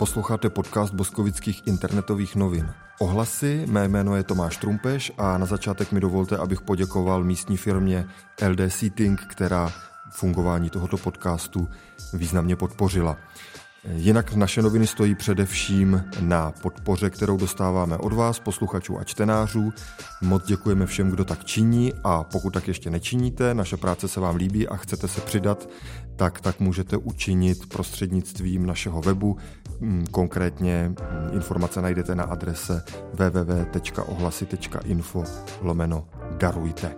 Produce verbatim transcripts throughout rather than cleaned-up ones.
Posloucháte podcast Boskovických internetových novin. Ohlasy, mé jméno je Tomáš Trumpeš a na začátek mi dovolte, abych poděkoval místní firmě L D Seating, která fungování tohoto podcastu významně podpořila. Jinak naše noviny stojí především na podpoře, kterou dostáváme od vás, posluchačů a čtenářů. Moc děkujeme všem, kdo tak činí, a pokud tak ještě nečiníte, naše práce se vám líbí a chcete se přidat, tak tak můžete učinit prostřednictvím našeho webu. Konkrétně informace najdete na adrese w w w tečka ohlasy tečka info lomeno darujte.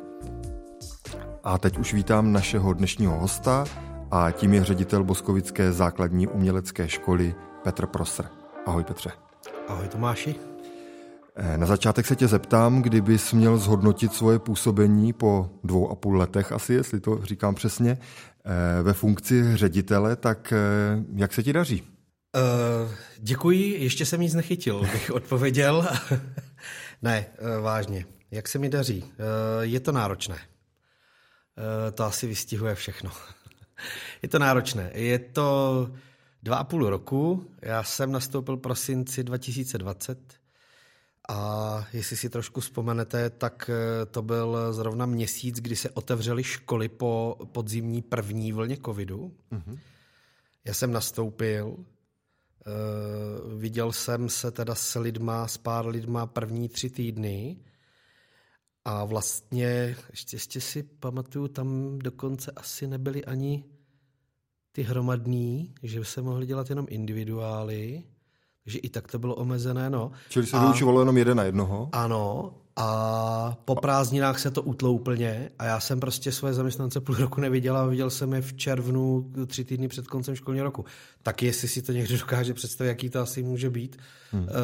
A teď už vítám našeho dnešního hosta, a tím je ředitel Boskovické základní umělecké školy Petr Prosser. Ahoj Petře. Ahoj Tomáši. Na začátek se tě zeptám, kdybys měl zhodnotit svoje působení po dvou a půl letech asi, jestli to říkám přesně, ve funkci ředitele, tak jak se ti daří? Uh, děkuji, ještě jsem nic nechytil, bych odpověděl. Ne, uh, vážně. Jak se mi daří? Uh, je to náročné. Uh, to asi vystihuje všechno. Je to náročné. Je to dva a půl roku. Já jsem nastoupil v prosinci dva tisíce dvacet a jestli si trošku vzpomenete, tak to byl zrovna měsíc, kdy se otevřely školy po podzimní první vlně covidu. Mm-hmm. Já jsem nastoupil, uh, viděl jsem se teda s lidma, s pár lidma první tři týdny a vlastně, ještě, ještě si pamatuju, tam dokonce asi nebyly ani ty hromadný, že se mohly dělat jenom individuály, takže i tak to bylo omezené. No. Čili se vyučovalo jenom jeden na jednoho? Ano, a po prázdninách se to utlo úplně a já jsem prostě svoje zaměstnance půl roku neviděl a viděl jsem je v červnu, tři týdny před koncem školního roku. Tak jestli si to někdo dokáže představit, jaký to asi může být. Hmm. Uh,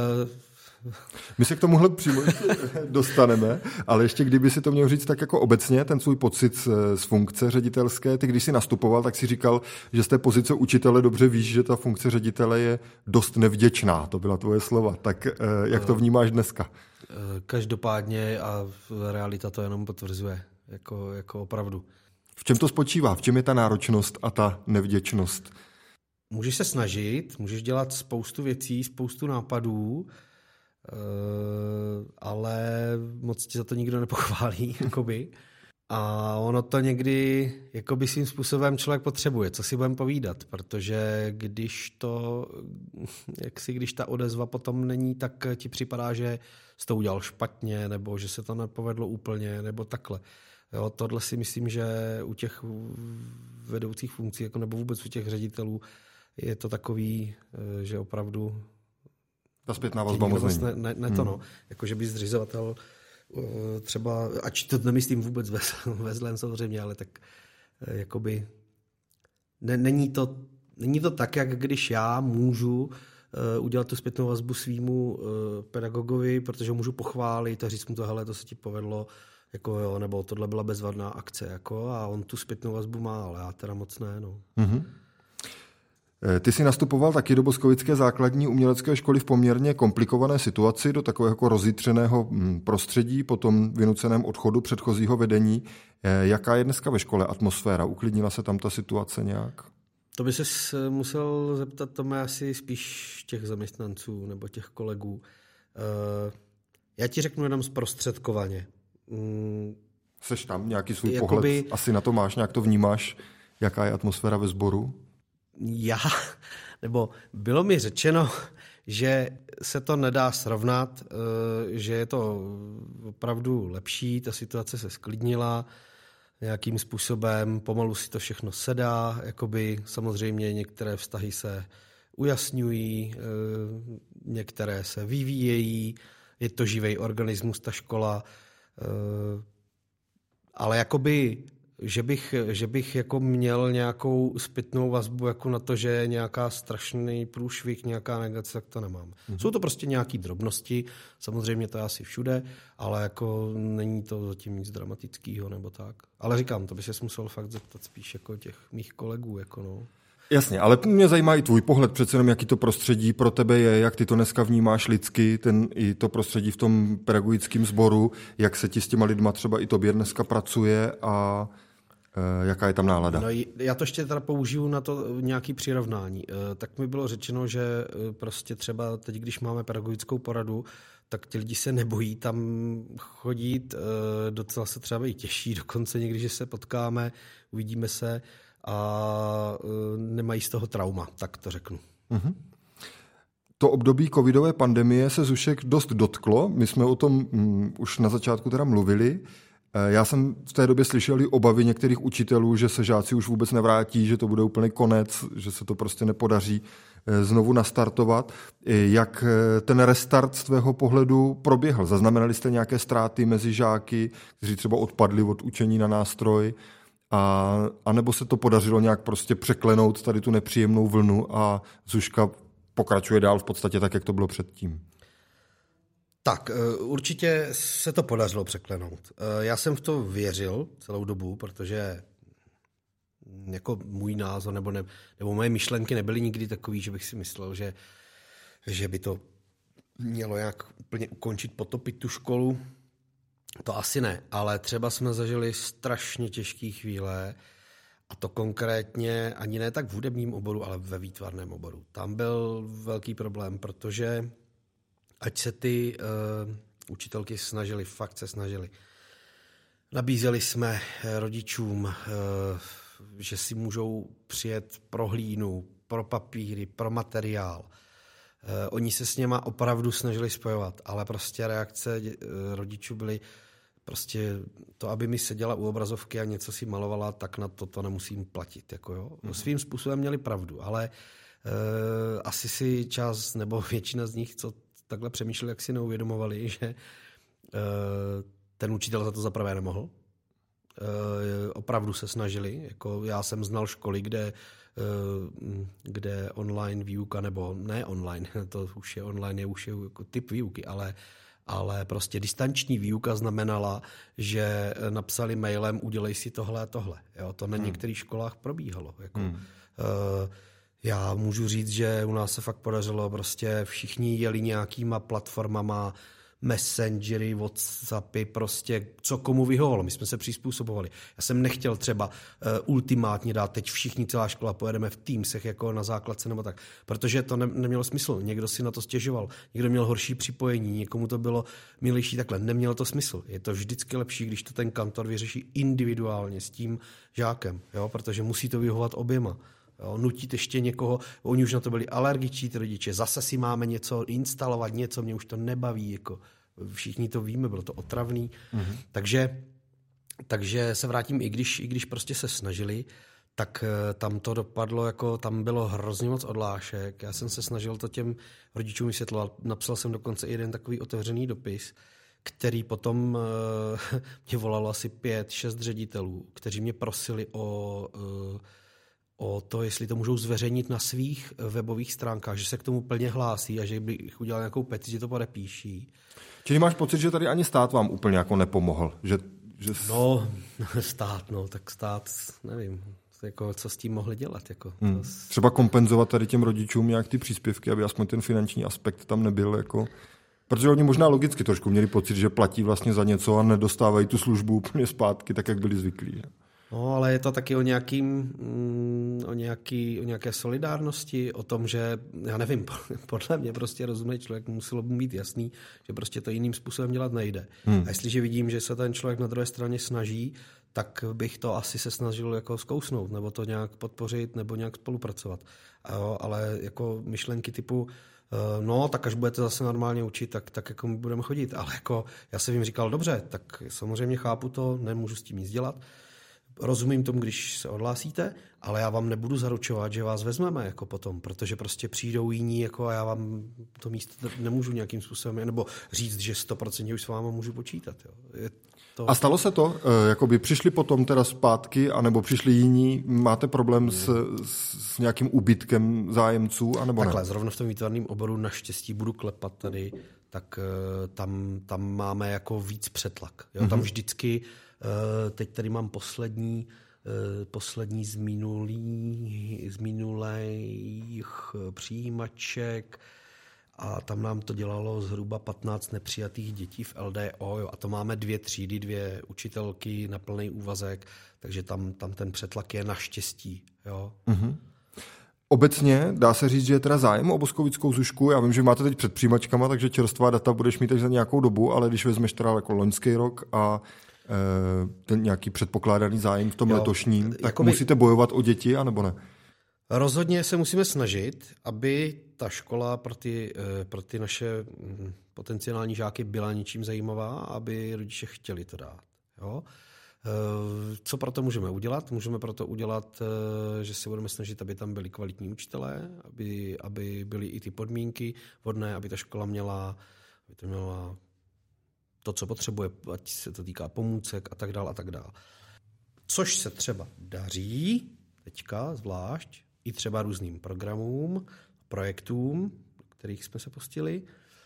My se k tomuhle přímo dostaneme, ale ještě kdyby si to měl říct tak jako obecně, ten svůj pocit z, z funkce ředitelské, ty když jsi nastupoval, tak si říkal, že z té pozice učitele dobře víš, že ta funkce ředitele je dost nevděčná, to byla tvoje slova, tak jak to vnímáš dneska? Každopádně a realita to jenom potvrzuje, jako, jako opravdu. V čem to spočívá? V čem je ta náročnost a ta nevděčnost? Můžeš se snažit, můžeš dělat spoustu věcí, spoustu nápadů, Uh, ale moc ti za to nikdo nepochválí, jakoby. A ono to někdy jakoby svým způsobem člověk potřebuje, co si budeme povídat, protože když to, jak si, když ta odezva potom není, tak ti připadá, že jsi to udělal špatně, nebo že se to nepovedlo úplně, nebo takhle. Jo, tohle si myslím, že u těch vedoucích funkcí, jako nebo vůbec u těch ředitelů, je to takový, že opravdu ta zpětná vazba moc není. Ne, ne, ne to, hmm. no. Jako, že by zřizovatel třeba, ač to nemyslím vůbec ve, ve zlém samozřejmě, ale tak jakoby ne, není, to, není to tak, jak když já můžu uh, udělat tu zpětnou vazbu svýmu uh, pedagogovi, protože ho můžu pochválit a říct mu to, hele, to se ti povedlo, jako jo, nebo tohle byla bezvadná akce, jako, a on tu zpětnou vazbu má, ale já teda moc ne, no. Mm-hmm. Ty jsi nastupoval taky do Boskovické základní umělecké školy v poměrně komplikované situaci, do takového jako rozjitřeného prostředí po tom vynuceném odchodu předchozího vedení. Jaká je dneska ve škole atmosféra? Uklidnila se tam ta situace nějak? To by ses musel zeptat, to má asi spíš těch zaměstnanců nebo těch kolegů. Já ti řeknu jenom zprostředkovaně. Seš tam nějaký svůj Jakoby, pohled? Asi na to máš, nějak to vnímáš? Jaká je atmosféra ve sboru? Já, nebo bylo mi řečeno, že se to nedá srovnat, že je to opravdu lepší, ta situace se sklidnila nějakým způsobem, pomalu si to všechno sedá, jakoby samozřejmě některé vztahy se ujasňují, některé se vyvíjejí, je to živý organismus, ta škola, ale jakoby Že bych, že bych jako měl nějakou zpětnou vazbu jako na to, že je nějaká strašný průšvih, nějaká negace, tak to nemám. Mm-hmm. Jsou to prostě nějaké drobnosti, samozřejmě to je asi všude, ale jako není to zatím nic dramatického nebo tak. Ale říkám, to by se musel fakt zeptat spíš jako těch mých kolegů. Jako no. Jasně, ale mě zajímá i tvůj pohled, přece jenom jaký to prostředí pro tebe je, jak ty to dneska vnímáš lidsky, ten, i to prostředí v tom pedagogickém sboru, jak se ti s těma lidma třeba i tobě dneska pracuje a Jaká je tam nálada? No, já to ještě teda použiju na to nějaké přirovnání. Tak mi bylo řečeno, že prostě třeba teď, když máme pedagogickou poradu, tak ti lidi se nebojí tam chodit, docela se třeba i těší, dokonce někdy, že se potkáme, uvidíme se a nemají z toho trauma, tak to řeknu. Mm-hmm. To období covidové pandemie se Zušek dost dotklo, my jsme o tom um, už na začátku teda mluvili. Já jsem v té době slyšel i obavy některých učitelů, že se žáci už vůbec nevrátí, že to bude úplný konec, že se to prostě nepodaří znovu nastartovat. Jak ten restart z tvého pohledu proběhl? Zaznamenali jste nějaké ztráty mezi žáky, kteří třeba odpadli od učení na nástroj, a, a nebo se to podařilo nějak prostě překlenout tady tu nepříjemnou vlnu a Zuška pokračuje dál v podstatě tak, jak to bylo předtím? Tak, určitě se to podařilo překlenout. Já jsem v to věřil celou dobu, protože jako můj názor nebo, ne, nebo moje myšlenky nebyly nikdy takový, že bych si myslel, že, že by to mělo nějak úplně ukončit, potopit tu školu. To asi ne, ale třeba jsme zažili strašně těžké chvíle, a to konkrétně ani ne tak v hudebním oboru, ale ve výtvarném oboru. Tam byl velký problém, protože ať se ty uh, učitelky snažili, fakt se snažili. Nabízeli jsme rodičům, uh, že si můžou přijet pro hlínu, pro papíry, pro materiál. Uh, oni se s něma opravdu snažili spojovat, ale prostě reakce uh, rodičů byly prostě to, aby mi seděla u obrazovky a něco si malovala, tak na to to nemusím platit. Jako jo. Mm-hmm. Svým způsobem měli pravdu, ale uh, asi si část nebo většina z nich, co takhle přemýšleli, jak si neuvědomovali, že uh, ten učitel za to zaprvé nemohl. Uh, opravdu se snažili. Jako já jsem znal školy, kde, uh, kde online výuka, nebo ne online, to už je online, je už je jako typ výuky, ale, ale prostě distanční výuka znamenala, že napsali mailem, udělej si tohle a tohle. Jo, to na hmm. některých školách probíhalo. Jako, hmm. uh, Já můžu říct, že u nás se fakt podařilo, prostě všichni jeli nějakýma platformama, messengery, whatsappy, prostě co komu vyhovovalo. My jsme se přizpůsobovali. Já jsem nechtěl třeba uh, ultimátně dát teď všichni, celá škola, pojedeme v Teamsech jako na základce nebo tak, protože to ne, nemělo smysl. Někdo si na to stěžoval, někdo měl horší připojení, někomu to bylo milejší takhle. Nemělo to smysl. Je to vždycky lepší, když to ten kantor vyřeší individuálně s tím žákem, jo? Protože musí to vyhovovat oběma. Jo, nutit ještě někoho, oni už na to byli alergičtí, ty rodiče, zase si máme něco instalovat, něco, mě už to nebaví, jako všichni to víme, bylo to otravný. Mm-hmm. Takže, takže se vrátím, i když, i když prostě se snažili, tak tam to dopadlo, jako tam bylo hrozně moc odhlášek. Já jsem se snažil to těm rodičům vysvětlovat, napsal jsem dokonce jeden takový otevřený dopis, který potom uh, mě volalo asi pět, šest ředitelů, kteří mě prosili o... Uh, o to, jestli to můžou zveřejnit na svých webových stránkách, že se k tomu plně hlásí a že bych udělal nějakou petici, že to podepíší. Čili máš pocit, že tady ani stát vám úplně jako nepomohl? Že, že... No, stát, no, tak stát, nevím, jako, co s tím mohli dělat. Jako, hmm. to... Třeba kompenzovat tady těm rodičům nějak ty příspěvky, aby aspoň ten finanční aspekt tam nebyl, jako... Protože oni možná logicky trošku měli pocit, že platí vlastně za něco a nedostávají tu službu úplně zpátky, tak jak byli zvyklí. Že? No, ale je to taky o, nějakým, o, nějaký, o nějaké solidárnosti, o tom, že, já nevím, podle mě prostě rozumný člověk muselo by být jasný, že prostě to jiným způsobem dělat nejde. Hmm. A jestliže vidím, že se ten člověk na druhé straně snaží, tak bych to asi se snažil jako zkousnout, nebo to nějak podpořit, nebo nějak spolupracovat. A jo, ale jako myšlenky typu, no, tak až budete zase normálně učit, tak, tak jako my budeme chodit. Ale jako já jsem jim říkal, dobře, tak samozřejmě chápu to, nemůžu s tím nic dělat. Rozumím tomu, když se odhlásíte, ale já vám nebudu zaručovat, že vás vezmeme jako potom, protože prostě přijdou jiní jako a já vám to místo nemůžu nějakým způsobem, nebo říct, že sto procent už s váma můžu počítat. Jo. Je to... A stalo se to? Jakoby přišli potom teda zpátky, anebo přišli jiní? Máte problém s, s nějakým úbytkem zájemců, anebo ne? Takhle, zrovna v tom výtvarném oboru naštěstí budu klepat tady, tak tam, tam máme jako víc přetlak. Jo. Mm-hmm. Tam vždycky teď tady mám poslední, poslední z, minulý, z minulých přijímaček a tam nám to dělalo zhruba patnáct nepřijatých dětí v L D O, jo, a to máme dvě třídy, dvě učitelky na plný úvazek, takže tam, tam ten přetlak je naštěstí. Jo. Mm-hmm. Obecně dá se říct, že je teda zájem o boskovickou zušku. Já vím, že máte teď před přijímačkama, takže čerstvá data budeš mít až za nějakou dobu, ale když vezmeš teda jako loňský rok a e, ten nějaký předpokládaný zájem v tom jo, letošním, tak jakoby musíte bojovat o děti, anebo ne? Rozhodně se musíme snažit, aby ta škola pro ty, pro ty naše potenciální žáky byla něčím zajímavá, aby rodiče chtěli to dát. Jo? Co pro to můžeme udělat? Můžeme pro to udělat, že se budeme snažit, aby tam byli kvalitní učitelé, aby, aby byly i ty podmínky vhodné, aby ta škola měla, aby to měla to, co potřebuje, ať se to týká pomůcek a tak dále a tak dále. Což se třeba daří teďka zvlášť i třeba různým programům, projektům, do kterých jsme se pustili.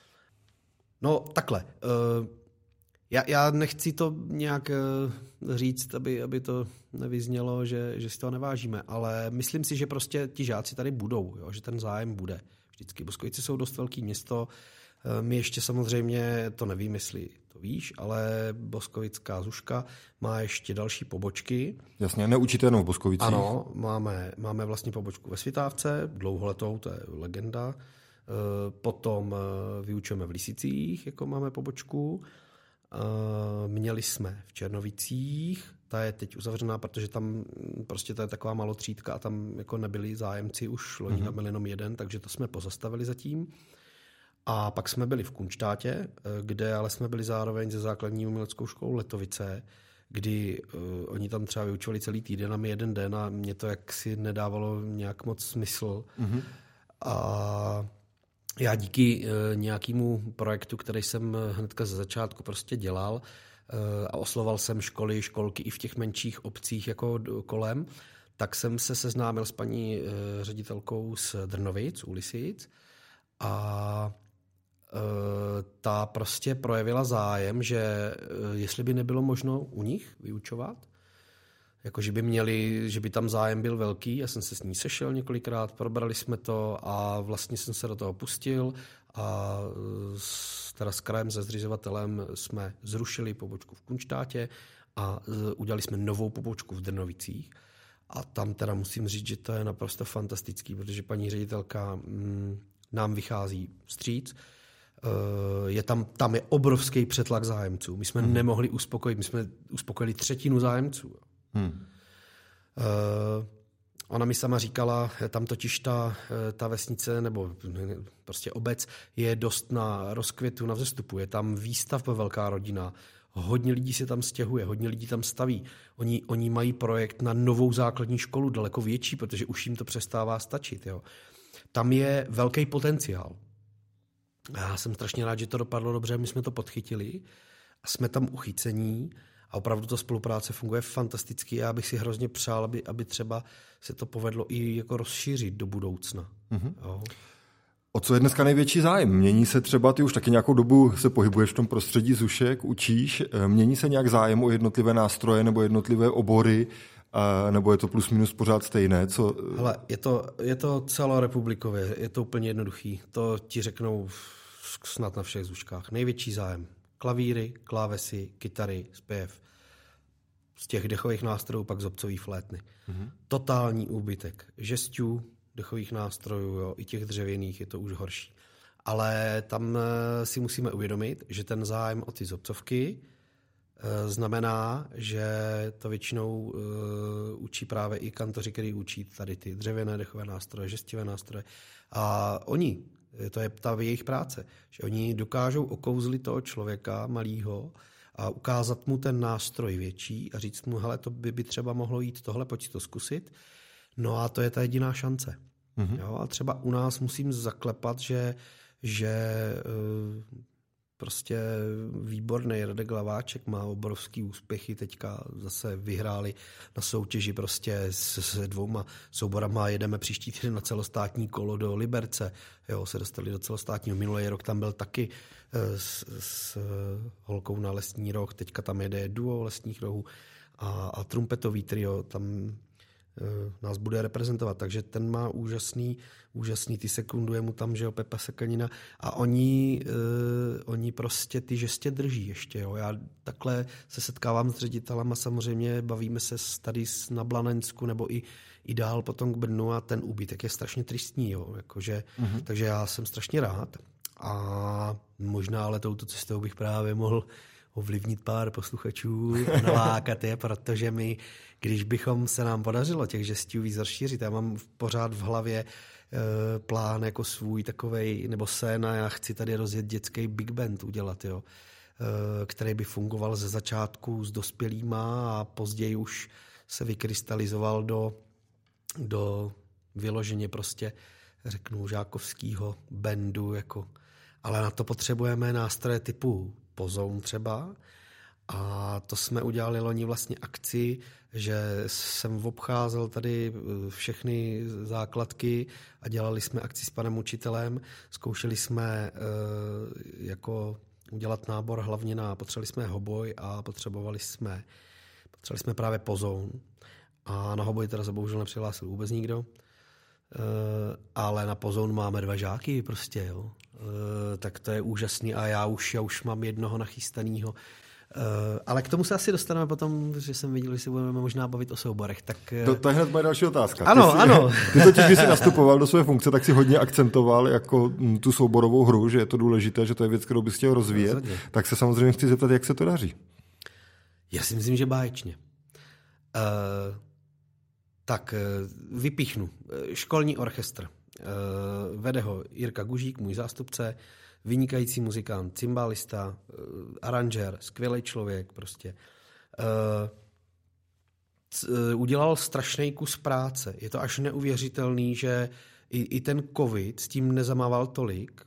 No takhle, já, já nechci to nějak říct, aby, aby to nevyznělo, že, že si toho nevážíme, ale myslím si, že prostě ti žáci tady budou, jo, že ten zájem bude. Vždycky Boskovice jsou dost velké město, my ještě samozřejmě to nevím, jestli to víš, ale Boskovická zuška má ještě další pobočky. Jasně, neučíte jenom v Boskovicích. Ano, máme, máme vlastně pobočku ve Svitávce, dlouholetou, to je legenda. Potom vyučujeme v Lisicích, jako máme pobočku. Měli jsme v Černovicích, ta je teď uzavřená, protože tam prostě to je taková malotřídka a tam jako nebyli zájemci, už loni tam byl jenom jeden, takže to jsme pozastavili zatím. A pak jsme byli v Kunštátě, kde ale jsme byli zároveň se základní uměleckou školou Letovice, kdy uh, oni tam třeba vyučovali celý týden a my jeden den a mě to jaksi nedávalo nějak moc smysl. Mm-hmm. A já díky uh, nějakému projektu, který jsem hnedka ze začátku prostě dělal uh, a osloval jsem školy, školky i v těch menších obcích jako kolem, tak jsem se seznámil s paní uh, ředitelkou z Drnovic, u Lisic, a ta prostě projevila zájem, že jestli by nebylo možno u nich vyučovat, jako že by měli, že by tam zájem byl velký, já jsem se s ní sešel několikrát, probrali jsme to a vlastně jsem se do toho pustil a s, teda s krajem, se zřizovatelem jsme zrušili pobočku v Kunštátě a udělali jsme novou pobočku v Drnovicích a tam teda musím říct, že to je naprosto fantastický, protože paní ředitelka mm, nám vychází vstříc. Je tam, tam je obrovský přetlak zájemců. My jsme hmm. nemohli uspokojit, my jsme uspokojili třetinu zájemců. Hmm. Uh, ona mi sama říkala, tam totiž ta, ta vesnice nebo prostě obec je dost na rozkvětu, na vzestupu. Je tam výstavba velká rodina, hodně lidí se tam stěhuje, hodně lidí tam staví. Oni, oni mají projekt na novou základní školu, daleko větší, protože už jim to přestává stačit. Jo. Tam je velký potenciál. Já jsem strašně rád, že to dopadlo dobře, my jsme to podchytili a jsme tam uchycení a opravdu ta spolupráce funguje fantasticky a já bych si hrozně přál, aby, aby třeba se to povedlo i jako rozšířit do budoucna. Mm-hmm. Jo. O co je dneska největší zájem? Mění se třeba, ty už taky nějakou dobu se pohybuješ v tom prostředí zušek, učíš, mění se nějak zájem o jednotlivé nástroje nebo jednotlivé obory, a nebo je to plus minus pořád stejné? Co... Hele, je to, je to celorepublikově, je to úplně jednoduchý. To ti řeknou snad na všech zuškách. Největší zájem. Klavíry, klávesy, kytary, zpěv. Z těch dechových nástrojů pak zobcový flétny. Mm-hmm. Totální úbytek. Žestů, dechových nástrojů, jo, i těch dřevěných je to už horší. Ale tam si musíme uvědomit, že ten zájem o ty zobcovky znamená, že to většinou uh, učí právě i kantoři, který učí tady ty dřevěné dechové nástroje, žestivé nástroje. A oni, to je ta jejich práce, že oni dokážou okouzlit toho člověka malýho a ukázat mu ten nástroj větší a říct mu, hele, to by, by třeba mohlo jít tohle, pojď si to zkusit. No a to je ta jediná šance. Mm-hmm. Jo, a třeba u nás musím zaklepat, že, že uh, prostě výborný Radek Hlaváček má obrovský úspěchy, teďka zase vyhráli na soutěži prostě s, s dvouma souborama, jedeme příští týden na celostátní kolo do Liberce, jo, se dostali do celostátního, minulý rok tam byl taky s, s holkou na Lesní roh, teďka tam jede duo Lesních rohů a, a trumpetový trio, tam nás bude reprezentovat. Takže ten má úžasný, úžasný, ty sekunduje mu tam, že jo, Pepa Sekanina a oni, uh, oni prostě ty žestě drží ještě, jo. Já takhle se setkávám s ředitelem a samozřejmě bavíme se tady na Blanensku nebo i, i dál potom k Brnu a ten úbytek je strašně tristní, jo. Jakože, mm-hmm. Takže já jsem strašně rád a možná ale touto cestou bych právě mohl ovlivnit pár posluchačů a nalákat je, protože my, když bychom se nám podařilo těch žestí víc rozšířit, já mám pořád v hlavě e, plán jako svůj takovej, nebo sen a já chci tady rozjet dětský big band udělat, jo, e, který by fungoval ze začátku s dospělýma a později už se vykrystalizoval do, do vyloženě prostě, řeknu, žákovského bandu, jako, ale na to potřebujeme nástroje typu Pozoun třeba a to jsme udělali loni vlastně akci, že jsem obcházel tady všechny základky a dělali jsme akci s panem učitelem, zkoušeli jsme jako udělat nábor hlavně na, potřebovali jsme hoboj a potřebovali jsme, potřebovali jsme právě Pozoun a na hoboj teda se bohužel nepřihlásil vůbec nikdo. Uh, ale na Pozoun máme dva žáky prostě, jo. Uh, tak to je úžasný a já už, já už mám jednoho nachystanýho. Uh, ale k tomu se asi dostaneme potom, že jsem viděl, že si budeme možná bavit o souborech. Tak, uh... to, to je hned moje další otázka. Ano, ty jsi, ano. Ty totiž, když jsi nastupoval do své funkce, tak si hodně akcentoval jako tu souborovou hru, že je to důležité, že to je věc, kterou bys chtěl rozvíjet. Rozhodně. Tak se samozřejmě chci zeptat, jak se to daří. Já si myslím, že báječně. Uh... Tak vypíchnu. Školní orchestr. Vede ho Jirka Gužík, můj zástupce, vynikající muzikant, cymbalista, aranžér, skvělý člověk prostě. Udělal strašný kus práce. Je to až neuvěřitelný, že i, i ten covid s tím nezamával tolik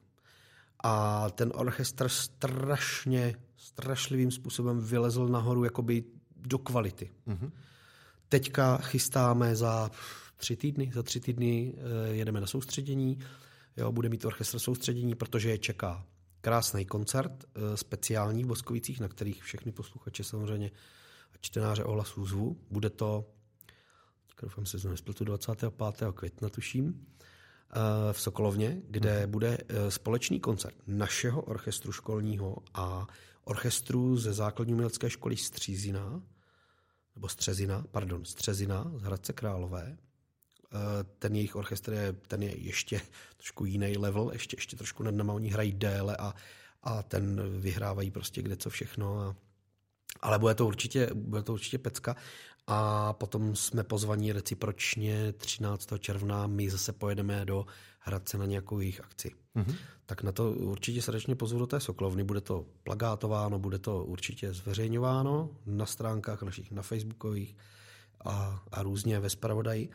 a ten orchestr strašně, strašlivým způsobem vylezl nahoru jakoby do kvality. Mm-hmm. Teďka chystáme za tři týdny, za tři týdny jedeme na soustředění, jo, bude mít orchestr soustředění, protože je čeká krásný koncert, speciální v Boskovicích, na kterých všechny posluchače samozřejmě a čtenáře ohlasů zvu. Bude to, doufám se to nespletu, dvacátého pátého května, tuším, v Sokolovně, kde bude společný koncert našeho orchestru školního a orchestru ze základní umělecké školy Střízina, nebo Střezina, pardon, Střezina z Hradce Králové. Ten jejich orchestr je, ten je ještě trošku jiný level, ještě, ještě trošku nad náma, oni hrají déle a, a ten vyhrávají prostě kde co všechno. A, ale bude to, určitě, bude to určitě pecka. A potom jsme pozvaní recipročně třináctého června, my zase pojedeme do Hradce na nějakou jejich akci. Mm-hmm. Tak na to určitě srdečně pozvu do té Sokolovny, bude to plagátováno, bude to určitě zveřejňováno na stránkách našich, na facebookových a, a různě ve zpravodaji.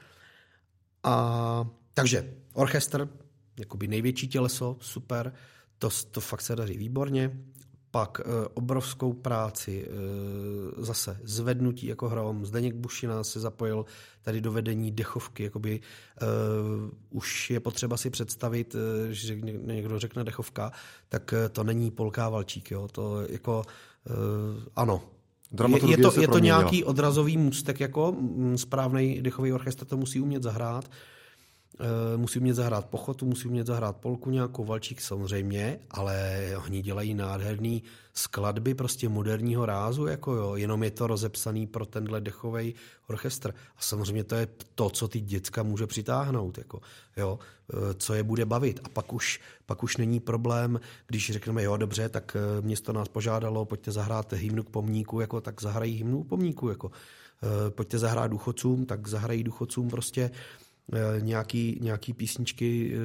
A takže orchestr, jakoby největší těleso, super, to, to fakt se daří výborně. Pak e, obrovskou práci, e, zase zvednutí jako hrom. Zdeněk Bušina se zapojil tady do vedení dechovky. Jakoby, e, už je potřeba si představit, e, že někdo řekne dechovka, tak e, to není Polka Valčík. Jo? To jako, e, ano. Je, je, to, je to nějaký odrazový můstek, jako správnej dechový orchestr to musí umět zahrát. Uh, musí umět zahrát pochotu, musí umět zahrát polku nějakou, Valčík samozřejmě, ale oni dělají nádherný skladby prostě moderního rázu, jako jo, jenom je to rozepsaný pro tenhle dechovej orchestr. A samozřejmě to je to, co ty děcka může přitáhnout, jako, jo, uh, co je bude bavit. A pak už, pak už není problém, když řekneme, jo, dobře, tak uh, město nás požádalo, pojďte zahrát hymnu k pomníku, jako, tak zahrají hymnu k pomníku, jako, uh, pojďte zahrát důchodcům, tak zahrají důchodcům prostě nějaký, nějaký písničky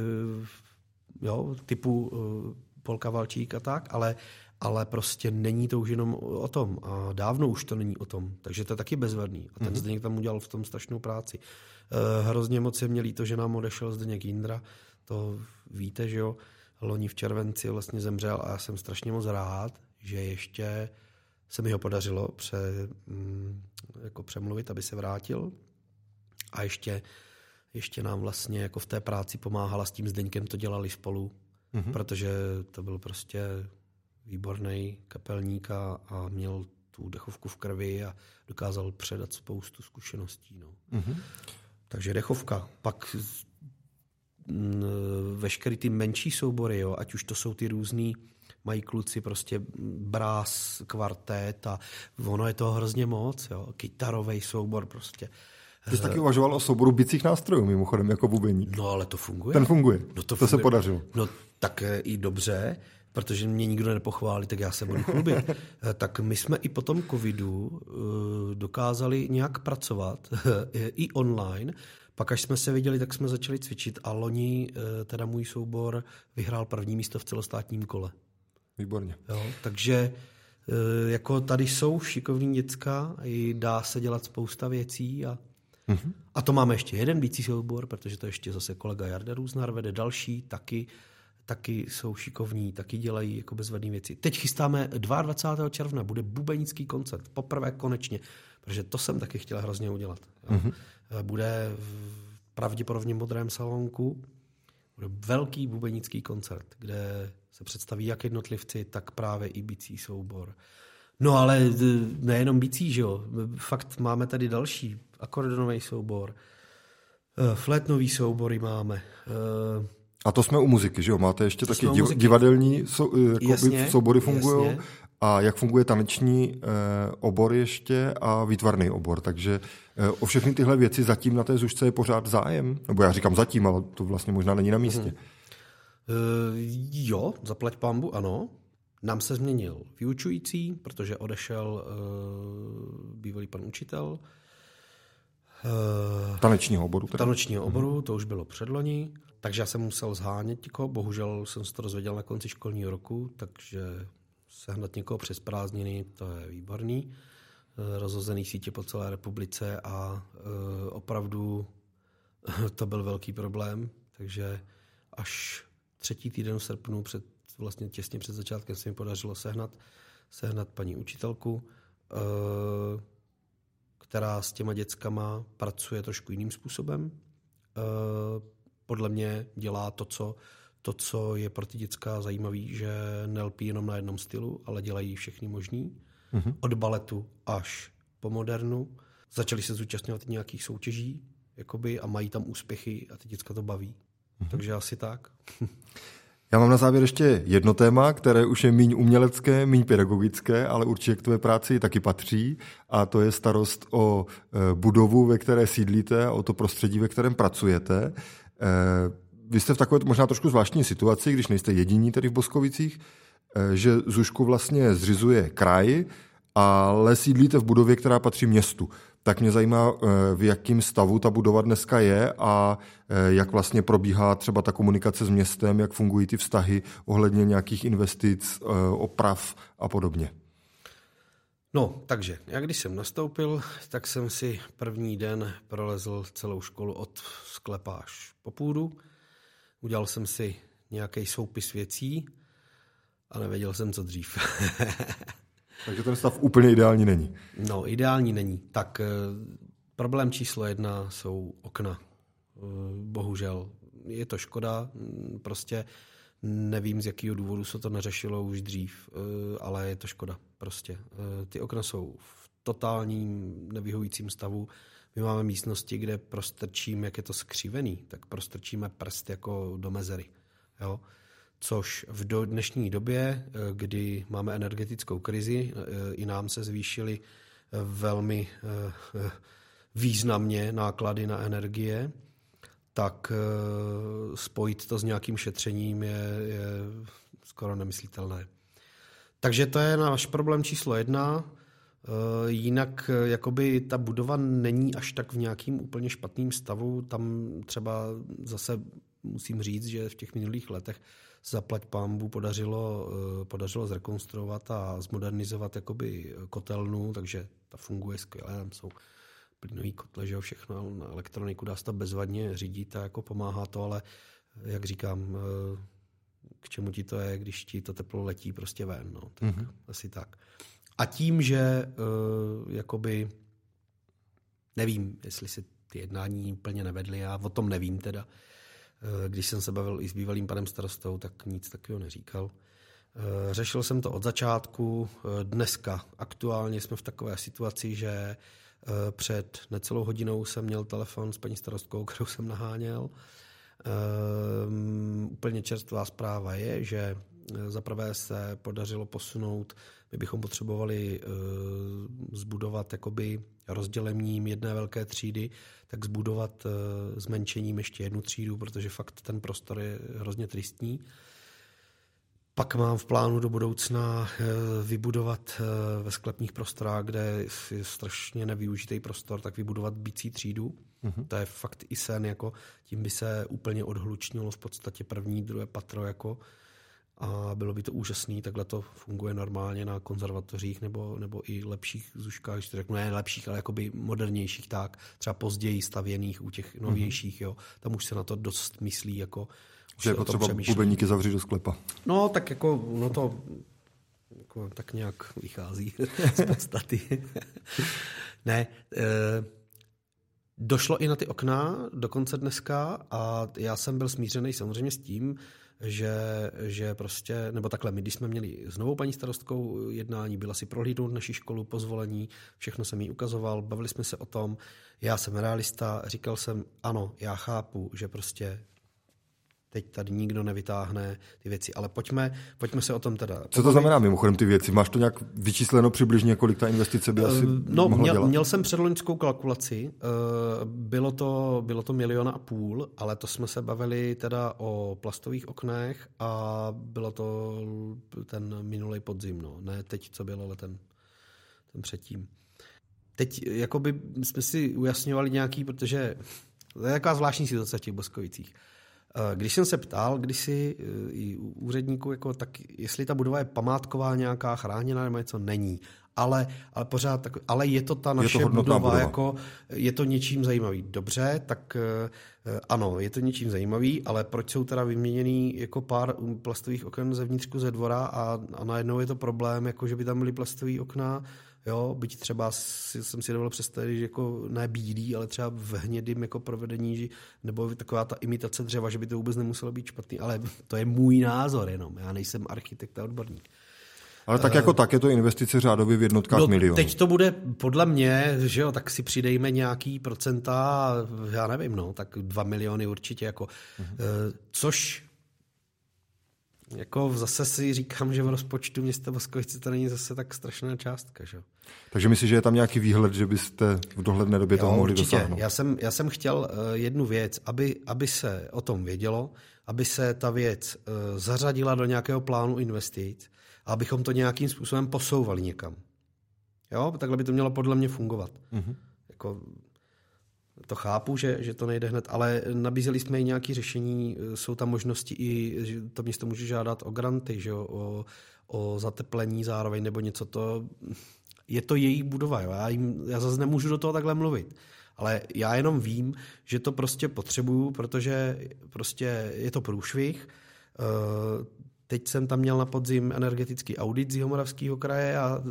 jo, typu Polka Valčík a tak, ale, ale prostě není to už jenom o tom a dávno už to není o tom, takže to je taky bezvadný a ten mm-hmm. Zdeněk tam udělal v tom strašnou práci. Hrozně moc je mě líto, že nám odešel Zdeněk Jindra, to víte, že jo, loni v červenci vlastně zemřel a já jsem strašně moc rád, že ještě se mi ho podařilo pře, jako přemluvit, aby se vrátil a ještě Ještě nám vlastně jako v té práci pomáhala, s tím Zdeňkem to dělali spolu, mm-hmm. protože to byl prostě výborný kapelník a, a měl tu tu dechovku v krvi a dokázal předat spoustu zkušeností. No. Mm-hmm. Takže dechovka. Pak m, veškerý ty menší soubory, jo, ať už to jsou ty různý, mají kluci prostě brás, kvartet a ono je toho hrozně moc. Jo. Kytarový soubor prostě. Ty jsi taky uvažoval o souboru bicích nástrojů, mimochodem, jako bubeník. No ale to funguje. Ten funguje. No, to, to funguje. se podařilo. No tak i dobře, protože mě nikdo nepochválí, tak já se budu chlubit. Tak my jsme i po tom covidu dokázali nějak pracovat i online. Pak, až jsme se viděli, tak jsme začali cvičit a loni teda můj soubor vyhrál první místo v celostátním kole. Výborně. Jo, takže jako tady jsou šikovní děcka, i dá se dělat spousta věcí a, mm-hmm. a to máme ještě jeden bicí soubor, protože to ještě zase kolega Jarda Různar vede další, taky, taky jsou šikovní, taky dělají jako bezvadné věci. Teď chystáme dvacátého druhého června, bude bubenický koncert, poprvé konečně, protože to jsem taky chtěl hrozně udělat. Mm-hmm. Bude v pravděpodobně Modrém salonku, bude velký bubenický koncert, kde se představí jak jednotlivci, tak právě i bicí soubor. No ale nejenom bicí, že jo. Fakt máme tady další akordeonový soubor, flétnový soubory máme. A to jsme u muziky, že jo? Máte ještě to taky div, divadelní sou, jasně, soubory fungují. A jak funguje taneční eh, obor ještě a výtvarný obor. Takže eh, o všechny tyhle věci zatím na té zušce je pořád zájem. Nebo já říkám zatím, ale to vlastně možná není na místě. Hmm. Uh, jo, zaplať pambu, ano. Nám se změnil vyučující, protože odešel uh, bývalý pan učitel. Uh, tanečního oboru. Teda. Tanečního oboru, hmm. to už bylo předloni. Takže já jsem musel zhánět někoho. Bohužel jsem se to dozvěděl na konci školního roku, takže sehnat někoho přes prázdniny, to je výborný. Rozhozený sítě po celé republice a e, opravdu to byl velký problém, takže až třetí týden v srpnu, před, vlastně těsně před začátkem se mi podařilo sehnat, sehnat paní učitelku, e, která s těma dětskama pracuje trošku jiným způsobem. E, podle mě dělá to, co To, co je pro ty děcka zajímavé, že nelpí jenom na jednom stylu, ale dělají všechny možný. Mm-hmm. Od baletu až po modernu. Začali se zúčastňovat nějakých soutěží jakoby, a mají tam úspěchy a ty děcka to baví. Mm-hmm. Takže asi tak. Já mám na závěr ještě jedno téma, které už je míň umělecké, míň pedagogické, ale určitě k tvé práci taky patří, a to je starost o budovu, ve které sídlíte, a o to prostředí, ve kterém pracujete. Vy jste v takové možná trošku zvláštní situaci, když nejste jediní tady v Boskovicích, že Zušku vlastně zřizuje kraj, ale sídlíte v budově, která patří městu. Tak mě zajímá, v jakém stavu ta budova dneska je a jak vlastně probíhá třeba ta komunikace s městem, jak fungují ty vztahy ohledně nějakých investic, oprav a podobně. No, takže já když jsem nastoupil, tak jsem si první den prolezl celou školu od sklepa až po půdu. Udělal jsem si nějaký soupis věcí a nevěděl jsem, co dřív. Takže ten stav úplně ideální není. No, ideální není. Tak problém číslo jedna jsou okna. Bohužel. Je to škoda, prostě nevím, z jakého důvodu se to neřešilo už dřív, ale je to škoda prostě. Ty okna jsou v totálním nevyhovujícím stavu. My máme místnosti, kde prostrčím, jak je to skřivený, tak prostrčíme prst jako do mezery. Jo? Což v do dnešní době, kdy máme energetickou krizi, i nám se zvýšily velmi významně náklady na energie, tak spojit to s nějakým šetřením je, je skoro nemyslitelné. Takže to je náš problém číslo jedna. Jinak jakoby ta budova není až tak v nějakým úplně špatným stavu. Tam třeba zase musím říct, že v těch minulých letech zaplať pánbůh podařilo, podařilo zrekonstruovat a zmodernizovat jakoby kotelnu, takže ta funguje skvěle. Tam jsou plynový kotle, že jo, všechno na elektroniku dá se to bezvadně řídit a jako pomáhá to, ale jak říkám, k čemu ti to je, když ti to teplo letí prostě ven, no, tak mm-hmm. asi tak. A tím, že uh, jakoby nevím, jestli se ty jednání úplně nevedly, já o tom nevím teda. Uh, když jsem se bavil i s bývalým panem starostou, tak nic takového neříkal. Řešil jsem to od začátku. Dneska aktuálně jsme v takové situaci, že před necelou hodinou jsem měl telefon s paní starostkou, kterou jsem naháněl. Um, úplně čerstvá zpráva je, že zaprvé se podařilo posunout, my bychom potřebovali uh, zbudovat jakoby rozdělením jedné velké třídy, tak zbudovat uh, zmenšením ještě jednu třídu, protože fakt ten prostor je hrozně tristní. Pak mám v plánu do budoucna vybudovat ve sklepních prostorách, kde je strašně nevyužitý prostor, tak vybudovat bicí třídu. Mm-hmm. To je fakt i sen, jako tím by se úplně odhlučnilo v podstatě první, druhé patro, jako a bylo by to úžasný, takhle to funguje normálně na konzervatořích nebo, nebo i lepších zuškách, když to řeknu, ne lepších, ale jakoby modernějších, tak třeba později stavěných u těch novějších, mm-hmm. jo. Tam už se na to dost myslí, jako že je potřeba bubeníky zavřít do sklepa. No, tak jako, no to jako, tak nějak vychází z podstaty. ne, e, došlo i na ty okna dokonce dneska a já jsem byl smířený samozřejmě s tím, že, že prostě, nebo takhle, my když jsme měli s novou paní starostkou jednání, byla si prohlídnout naši školu, pozvolení, všechno jsem jí ukazoval, bavili jsme se o tom, já jsem realista, říkal jsem, ano, já chápu, že prostě teď tady nikdo nevytáhne ty věci, ale pojďme, pojďme se o tom teda... Co to znamená mimochodem ty věci? Máš to nějak vyčísleno přibližně, kolik ta investice by asi no, mohla měl, dělat? Měl jsem předloňskou kalkulaci, bylo to, bylo to miliona a půl, ale to jsme se bavili teda o plastových oknech a bylo to ten minulej podzim, no. Ne teď, co bylo, ale ten, ten předtím. Teď jakoby jsme si ujasňovali nějaký, protože to je taková zvláštní situace v těch Boskovicích. Když jsem se ptal kdysi i úředníků, jako, tak jestli ta budova je památková, nějaká chráněná, nebo něco není. Ale, ale pořád tak, ale je to ta naše je to budova, budova, jako je to něčím zajímavý. Dobře, tak ano, je to něčím zajímavý, ale proč jsou teda vyměněný jako pár plastových oken zevnitřku ze dvora a, a najednou je to problém, jako že by tam byly plastové okna, jo, byť třeba si, jsem si dovolil představit, že jako ne bílý, ale třeba v hnědým jako provedení, nebo taková ta imitace dřeva, že by to vůbec nemuselo být špatný, ale to je můj názor jenom, já nejsem architekt a odborník. Ale tak jako uh, tak je to investice řádově v jednotkách no, milionů. Teď to bude podle mě, že jo, tak si přidejme nějaký procenta, já nevím, no, tak dva miliony určitě, jako, uh-huh. uh, což jako zase si říkám, že v rozpočtu města Boskovice to není zase tak strašná částka, že jo. Takže myslíš, že je tam nějaký výhled, že byste v dohledné době jo, toho mohli určitě. dosáhnout? Já jsem, já jsem chtěl uh, jednu věc, aby, aby se o tom vědělo, aby se ta věc uh, zařadila do nějakého plánu investic a abychom to nějakým způsobem posouvali někam. Jo, takhle by to mělo podle mě fungovat. Mm-hmm. Jako, to chápu, že, že to nejde hned, ale nabízeli jsme i nějaké řešení, jsou tam možnosti i, že to město může žádat o granty, že jo, o, o zateplení zároveň nebo něco, to je to její budova, jo? Já, jim, já zase nemůžu do toho takhle mluvit, ale já jenom vím, že to prostě potřebuju, protože prostě je to průšvih. Teď jsem tam měl na podzim energetický audit z Jihomoravského kraje a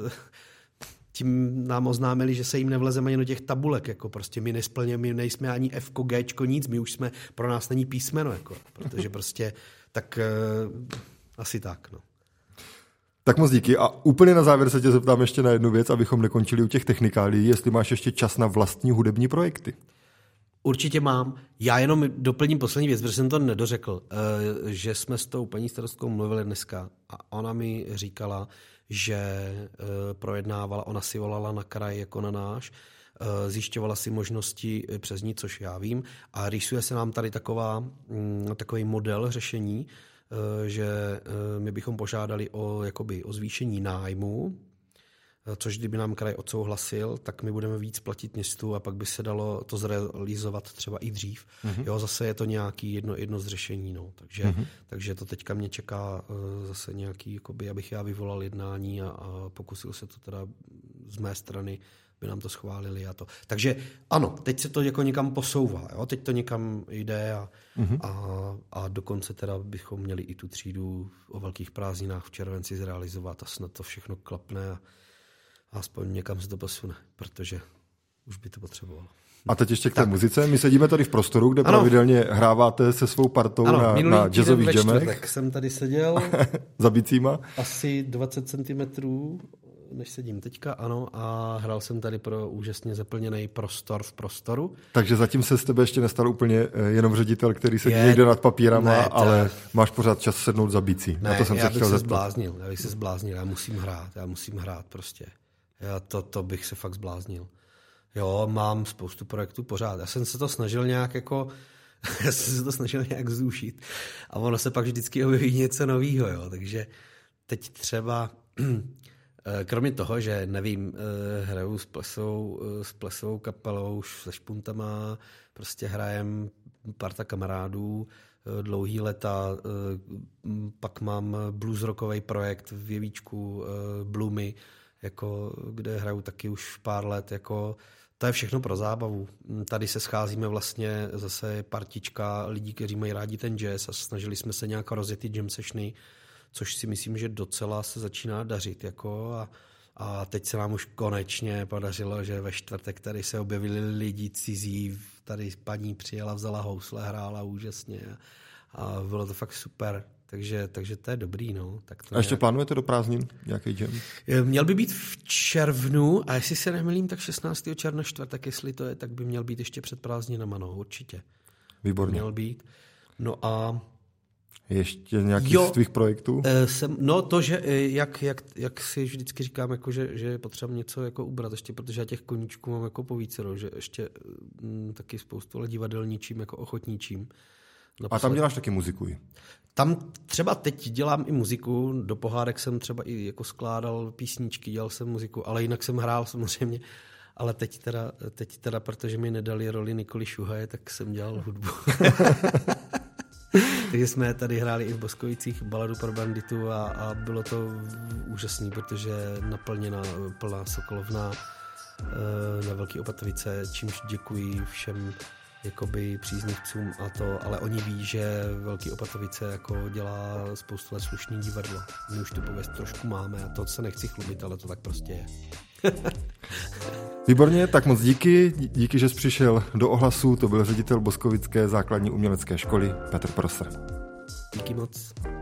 tím nám oznámili, že se jim nevlezeme ani do těch tabulek, jako prostě my nesplňujeme, my nejsme ani Fko, Gčko, nic, my už jsme, pro nás není písmeno, jako, protože prostě tak uh, asi tak, no. Tak moc díky a úplně na závěr se tě zeptám ještě na jednu věc, abychom nekončili u těch technikálií, jestli máš ještě čas na vlastní hudební projekty. Určitě mám. Já jenom doplním poslední věc, protože jsem to nedořekl, že jsme s tou paní starostkou mluvili dneska a ona mi říkala, že projednávala, ona si volala na kraj jako na náš, zjišťovala si možnosti přes ní, což já vím, a rýsuje se nám tady taková, takový model řešení, že my bychom požádali o, jakoby, o zvýšení nájmu, což kdyby nám kraj odsouhlasil, tak my budeme víc platit městu a pak by se dalo to zrealizovat třeba i dřív. Mm-hmm. Jo, zase je to nějaký jedno, jedno z řešení. No. Takže, mm-hmm. takže to teďka mě čeká uh, zase nějaký, jakoby, abych já vyvolal jednání a, a pokusil se to teda z mé strany, by nám to schválili a to. Takže ano, teď se to jako někam posouvá, jo? Teď to někam jde a, mm-hmm. a, a dokonce teda bychom měli i tu třídu o velkých prázdninách v červenci zrealizovat a snad to všechno klapne a aspoň někam se to posune, protože už by to potřebovalo. A teď ještě k té tak. muzice. My sedíme tady v prostoru, kde ano. pravidelně hráváte se svou partou ano, na, na jazzových jamech. Jsem tady seděl. Za bicíma. Asi dvacet centimetrů, než sedím teďka, ano, a hrál jsem tady pro úžasně zaplněný prostor v prostoru. Takže zatím se z tebe ještě nestal úplně jenom ředitel, který sedí někde nad papírama, ne, ale máš pořád čas sednout za bicí. Ne, to jsem já se bych se zbláznil, já bych se zbláznil, já musím hrát, já musím hrát prostě. Já to, to bych se fakt zbláznil. Jo, mám spoustu projektů pořád. Já jsem se to snažil nějak jako, já jsem se to snažil nějak zúšit. A ono se pak vždycky objeví něco novýho, jo. Takže teď třeba, kromě toho, že nevím, hraju s plesovou, s plesovou kapelou, se špuntama, prostě hrajem parta kamarádů, dlouhý leta, pak mám blues rockový projekt v Jevíčku, Bloomy, jako, kde hraju taky už pár let, jako to je všechno pro zábavu. Tady se scházíme vlastně zase partička lidí, kteří mají rádi ten jazz a snažili jsme se nějak rozjet ty jam sessiony, což si myslím, že docela se začíná dařit. Jako a, a teď se nám už konečně podařilo, že ve čtvrtek tady se objevili lidi cizí, tady paní přijela, vzala housle, hrála úžasně a, a bylo to fakt super. Takže, takže to je dobrý, no. Tak to a ještě nějak... plánujete do prázdnin nějaký jam? Měl by být v červnu a jestli se nemýlím, tak šestnáctého června čtvrtek, jestli to je, tak by měl být ještě před prázdninama, no, určitě. Výborně. Měl být. No a... Ještě nějaký jo, z tvých projektů? Jsem, no to, že jak, jak, jak si vždycky říkám, jako, že, že je potřeba něco jako ubrat ještě, protože já těch koníčků mám jako povícero, že ještě m, taky spoustu ale divadelníčím, jako ochotníčím. Naposled. A tam děláš taky muziku? Tam třeba teď dělám i muziku, do pohádek jsem třeba i jako skládal písničky, dělal jsem muziku, ale jinak jsem hrál samozřejmě, ale teď teda, teď teda protože mi nedali roli Nikoli Šuhaje, tak jsem dělal hudbu. Takže jsme tady hráli i v Boskovicích baladu pro banditu a, a bylo to úžasný, protože naplněná plná Sokolovna na Velké Opatovice, čímž děkuji všem jakoby příznivcům a to, ale oni ví, že Velký Opatovice jako dělá spoustu let slušný divadlo. My už tu pověst trošku máme a to se nechci chlubit, ale to tak prostě je. Výborně, tak moc díky. Díky, že jsi přišel do Ohlasu. To byl ředitel Boskovické základní umělecké školy Petr Prosser. Díky moc.